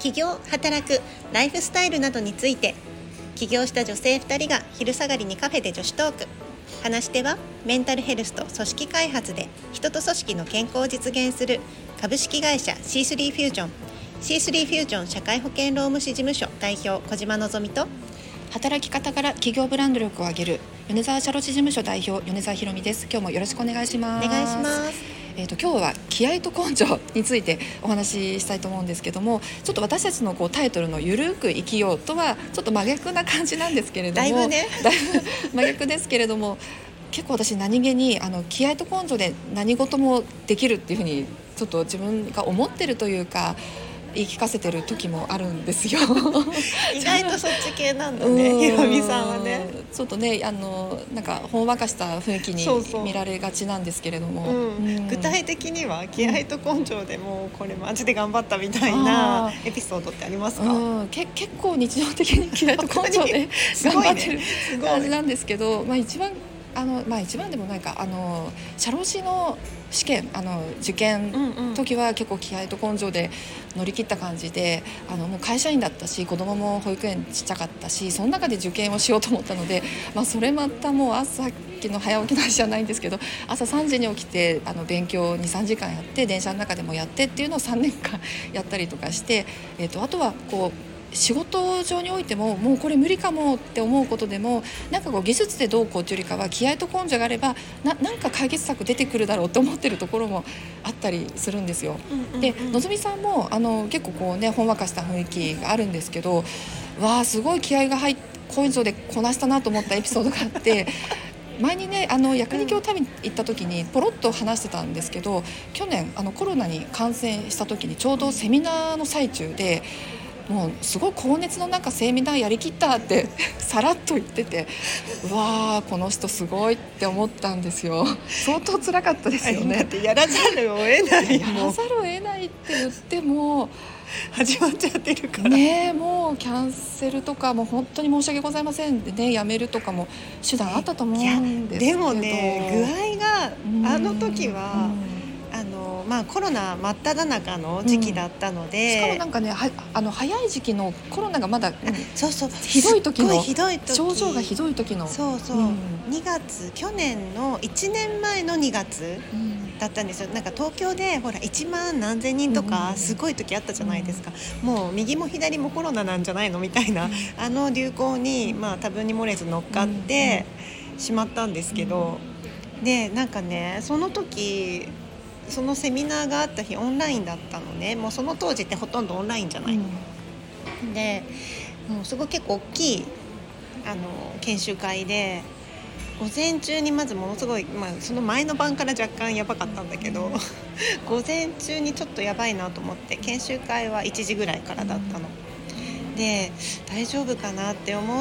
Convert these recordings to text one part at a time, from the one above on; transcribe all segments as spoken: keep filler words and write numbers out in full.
起業、働く、ライフスタイルなどについて、起業した女性ふたりが昼下がりにカフェで女子トーク。話し手はメンタルヘルスと組織開発で人と組織の健康を実現する株式会社 シースリー フュージョン シースリー フュージョン社会保険労務士事務所代表小島のぞみと、 働き方から企業ブランド力を上げる米沢社労士事務所代表米沢ひろみです。今日もよろしくお願いします。 お願いします。 えーと、今日は気合と根性についてお話ししたいと思うんですけども、ちょっと私たちのこうタイトルのゆるく生きようとはちょっと真逆な感じなんですけれども、 だいぶねだいぶ真逆ですけれども、結構私何気にあの気合と根性で何事もできるっていうふうにちょっと自分が思ってるというか言い聞かせてる時もあるんですよ。 意外とそっち系なんだね、ひろみさんはね。 ちょっとね、あのなんかほんわかした雰囲気に見られがちなんですけれども、 うんうん、具体的には気合と根性でもうこれマジで頑張ったみたいなエピソードってありますか？ うん、け結構日常的に気合と根性で頑張ってる感じなんですけど、まあ一番あのまあ一番でもないか、あの社労士の試験あの受験の時は結構気合と根性で乗り切った感じで、あのもう会社員だったし子供も保育園ちっちゃかったし、その中で受験をしようと思ったので、まあ、それまたもう朝の早起きの話じゃないんですけど、朝さんじに起きてあの勉強 にさんじかんやって、電車の中でもやってっていうのをさんねんかんやったりとかして、えーと、あとはこう仕事上においてももうこれ無理かもって思うことでも、なんかこう技術でどうこうというよりかは気合と根性があれば な, なんか解決策出てくるだろうと思ってるところもあったりするんですよ。 うんうんうん、 でのぞみさんもあの結構こうねほんわかした雰囲気があるんですけど、わあすごい気合が入って根性でこなしたなと思ったエピソードがあって前にねあの薬肉を食べに行った時にポロッと話してたんですけど、去年あのコロナに感染した時にちょうどセミナーの最中で、もうすごい高熱の中セミナーやりきったってさらっと言ってて、うわーこの人すごいって思ったんですよ。相当辛かったですよね。 だってやらざるを得ないやらざるを得ないって言っても始まっちゃってるからね、もうキャンセルとかも本当に申し訳ございませんでね、やめるとかも手段あったと思うんですけど、 でもね具合があの時は、 うん、 あのまあ、コロナ真っ只中の時期だったので、 うん、しかもなんかねはあの早い時期のコロナがまだ、うん、 そうそうひどい時のひどい時症状がひどい時のそうそう、うん、にがつ去年のいちねんまえのにがつだったんですよ。なんか東京でほらいちまん何千人とかすごい時あったじゃないですか、うん、もう右も左もコロナなんじゃないのみたいな、うん、あの流行に、まあ、多分に漏れず乗っかってしまったんですけど、うん、でなんかねその時そのセミナーがあった日オンラインだったのね。もうその当時ってほとんどオンラインじゃない、うん、でもうすごい結構大きいあの研修会で、午前中にまずものすごい、まあ、その前の晩から若干やばかったんだけど午前中にちょっとやばいなと思って、研修会はいちじぐらいからだったので、大丈夫かなって思って、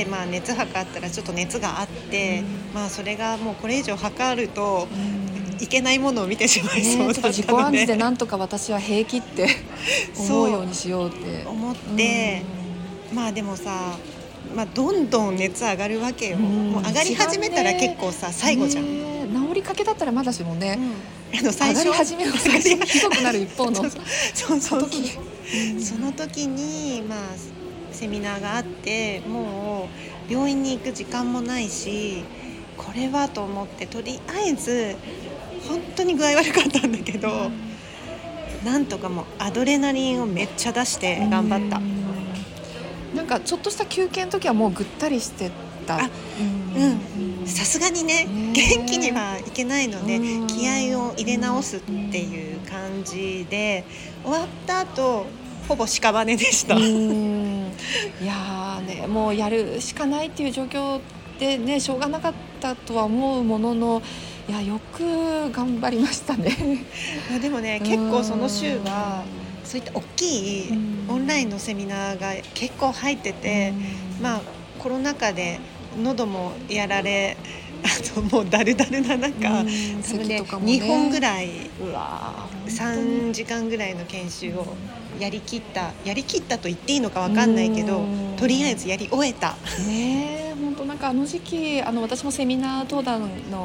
まあ、熱測ったらちょっと熱があって、まあ、それがもうこれ以上測るといけないものを見てしまいそうだったので、ね、ちょっと自己暗示でなんとか私は平気って思うようにしようって思って、まあでもさ、まあ、どんどん熱上がるわけよ、うん、もう上がり始めたら結構さ、ね、最後じゃん、 ね、治りかけだったらまだしもね、 うん、あの最初上がり始めの最初にひどくなる一方のそうそうそうそうその時に、まあ、セミナーがあって、もう病院に行く時間もないし、これはと思ってとりあえず本当に具合悪かったんだけど、うん、なんとかもうアドレナリンをめっちゃ出して頑張った、うん、 なんかちょっとした休憩の時はもうぐったりしてた。 あ、うん、さすがにね元気にはいけないので気合を入れ直すっていう感じで、終わった後ほぼ屍でした。うん、 いやね、もうやるしかないっていう状況でね、しょうがなかったとは思うものの、いやよく頑張りましたね。 でもね結構その週はそういった大きいオンラインのセミナーが結構入ってて、まあコロナ禍で喉もやられ、あともうだるだるな中、多分ねにほんぐらいうわさんじかんぐらいの研修をやりきったやりきったと言っていいのか分かんないけど、とりあえずやり終えた。 ねえ、本当なんかあの時期あの私もセミナー登壇の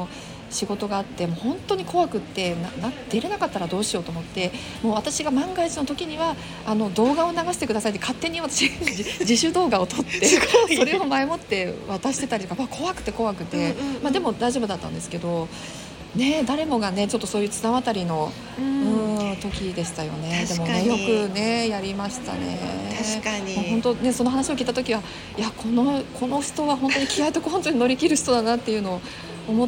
仕事があって、もう本当に怖くってなな出れなかったらどうしようと思って、もう私が万が一の時にはあの動画を流してくださいって勝手に私自主動画を撮ってそれを前もって渡してたりとか、まあ、怖くて怖くて、うんうんうん、まあ、でも大丈夫だったんですけど、ね、誰もがねちょっとそういう綱渡りの、うん、うん時でしたよね。でもねよくねやりましたね。 確かに本当ね、その話を聞いた時は、いやこのこの人は本当に気合と根性に乗り切る人だなっていうのを思って。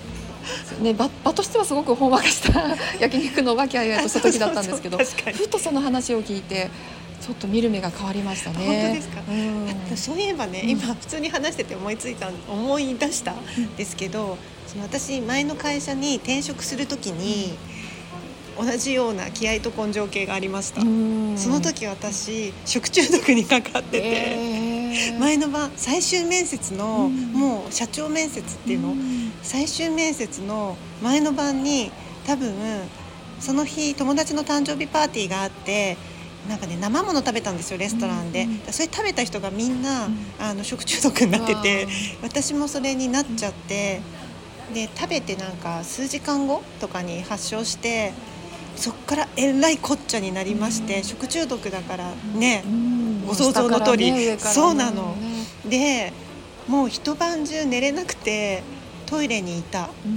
ね、場, 場としてはすごくほんわかした焼肉の和気あいあいとした時だったんですけど、ふとその話を聞いてちょっと見る目が変わりましたね。 本当ですか、うん、そういえばね、うん、今普通に話してて思いついた思い出したんですけど、うん、その私前の会社に転職する時に、うん、同じような気合と根性系がありました。うん、その時私食中毒にかかってて、えー、前の晩最終面接の、うん、もう社長面接っていうの、うん、最終面接の前の晩に多分その日友達の誕生日パーティーがあって、なんかね生もの食べたんですよレストランで、うんうん、それ食べた人がみんな、うん、あの食中毒になってて、私もそれになっちゃって、で食べてなんか数時間後とかに発症して、そっからえらいこっちゃになりまして、うん、食中毒だからね、うん、ご想像の通り、ね、そうなの、ね、でもう一晩中寝れなくてトイレにいた、うん、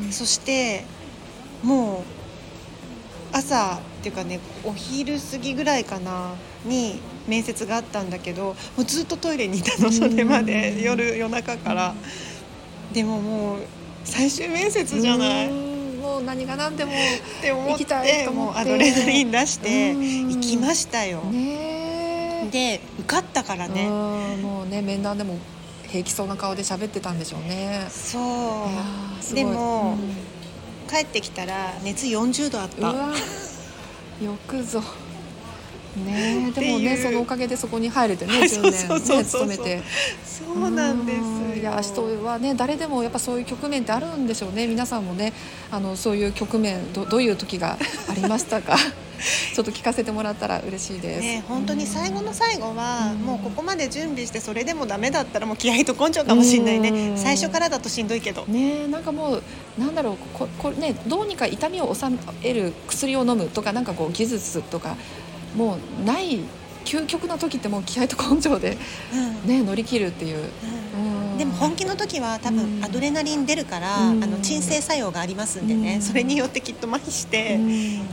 そしてもう朝っていうかねお昼過ぎぐらいかなに面接があったんだけど、もうずっとトイレにいたの、それまで夜夜中から。でももう最終面接じゃない、 もう何が何でも行きたいと思って、 もうアドレナリン出して行きましたよ、ね、で受かったからね、 もうね面談でも平気そうな顔で喋ってたんでしょうね。 そうでも、うん、帰ってきたら熱よんじゅうどあった。うわよくぞね、でもねそのおかげでそこに入れてねじゅうねんね勤めて、 そうなんですよ。 いや人はね誰でもやっぱそういう局面ってあるんでしょうね。皆さんもねあのそういう局面 ど, どういう時がありましたかちょっと聞かせてもらったら嬉しいです、 ね、本当に最後の最後はもうここまで準備してそれでもダメだったらもう気合と根性かもしれないね。最初からだとしんどいけどね、なんかもうなんだろうここ、ね、どうにか痛みを抑える薬を飲むとかなんかこう技術とかもうない究極な時ってもう気合と根性で、ねうん、乗り切るっていう、 うんうん、でも本気の時は多分アドレナリン出るから、うん、あの鎮静作用がありますんでね、うん、それによってきっと麻痺して、うん、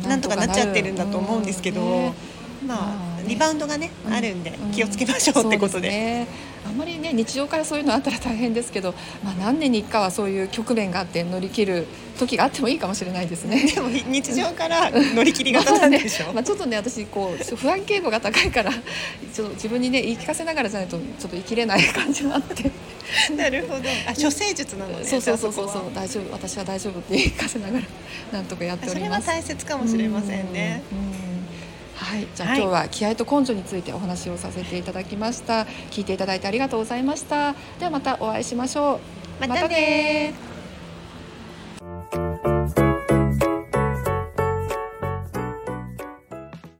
なんとかなっちゃってるんだと思うんですけど、うんね、まあ、ね、リバウンドがね、うん、あるんで気をつけましょうってことで、 ね、あんまりね日常からそういうのあったら大変ですけど、まあ、何年に一回はそういう局面があって乗り切る時があってもいいかもしれないですね。 でも日常から乗り切り型なんでしょ、 まあねまあ、ちょっとね私こう不安傾向が高いからちょっと自分にね言い聞かせながらじゃないとちょっと生きれない感じがあってなるほど、あ処世術なのね。 そうそうそうそうそう大丈夫私は大丈夫って言い聞かせながらなんとかやっております。 それは大切かもしれませんね。うんうんはい、じゃあ、はい、今日は気合と根性についてお話をさせていただきました。聞いていただいてありがとうございました。ではまたお会いしましょう。 またね。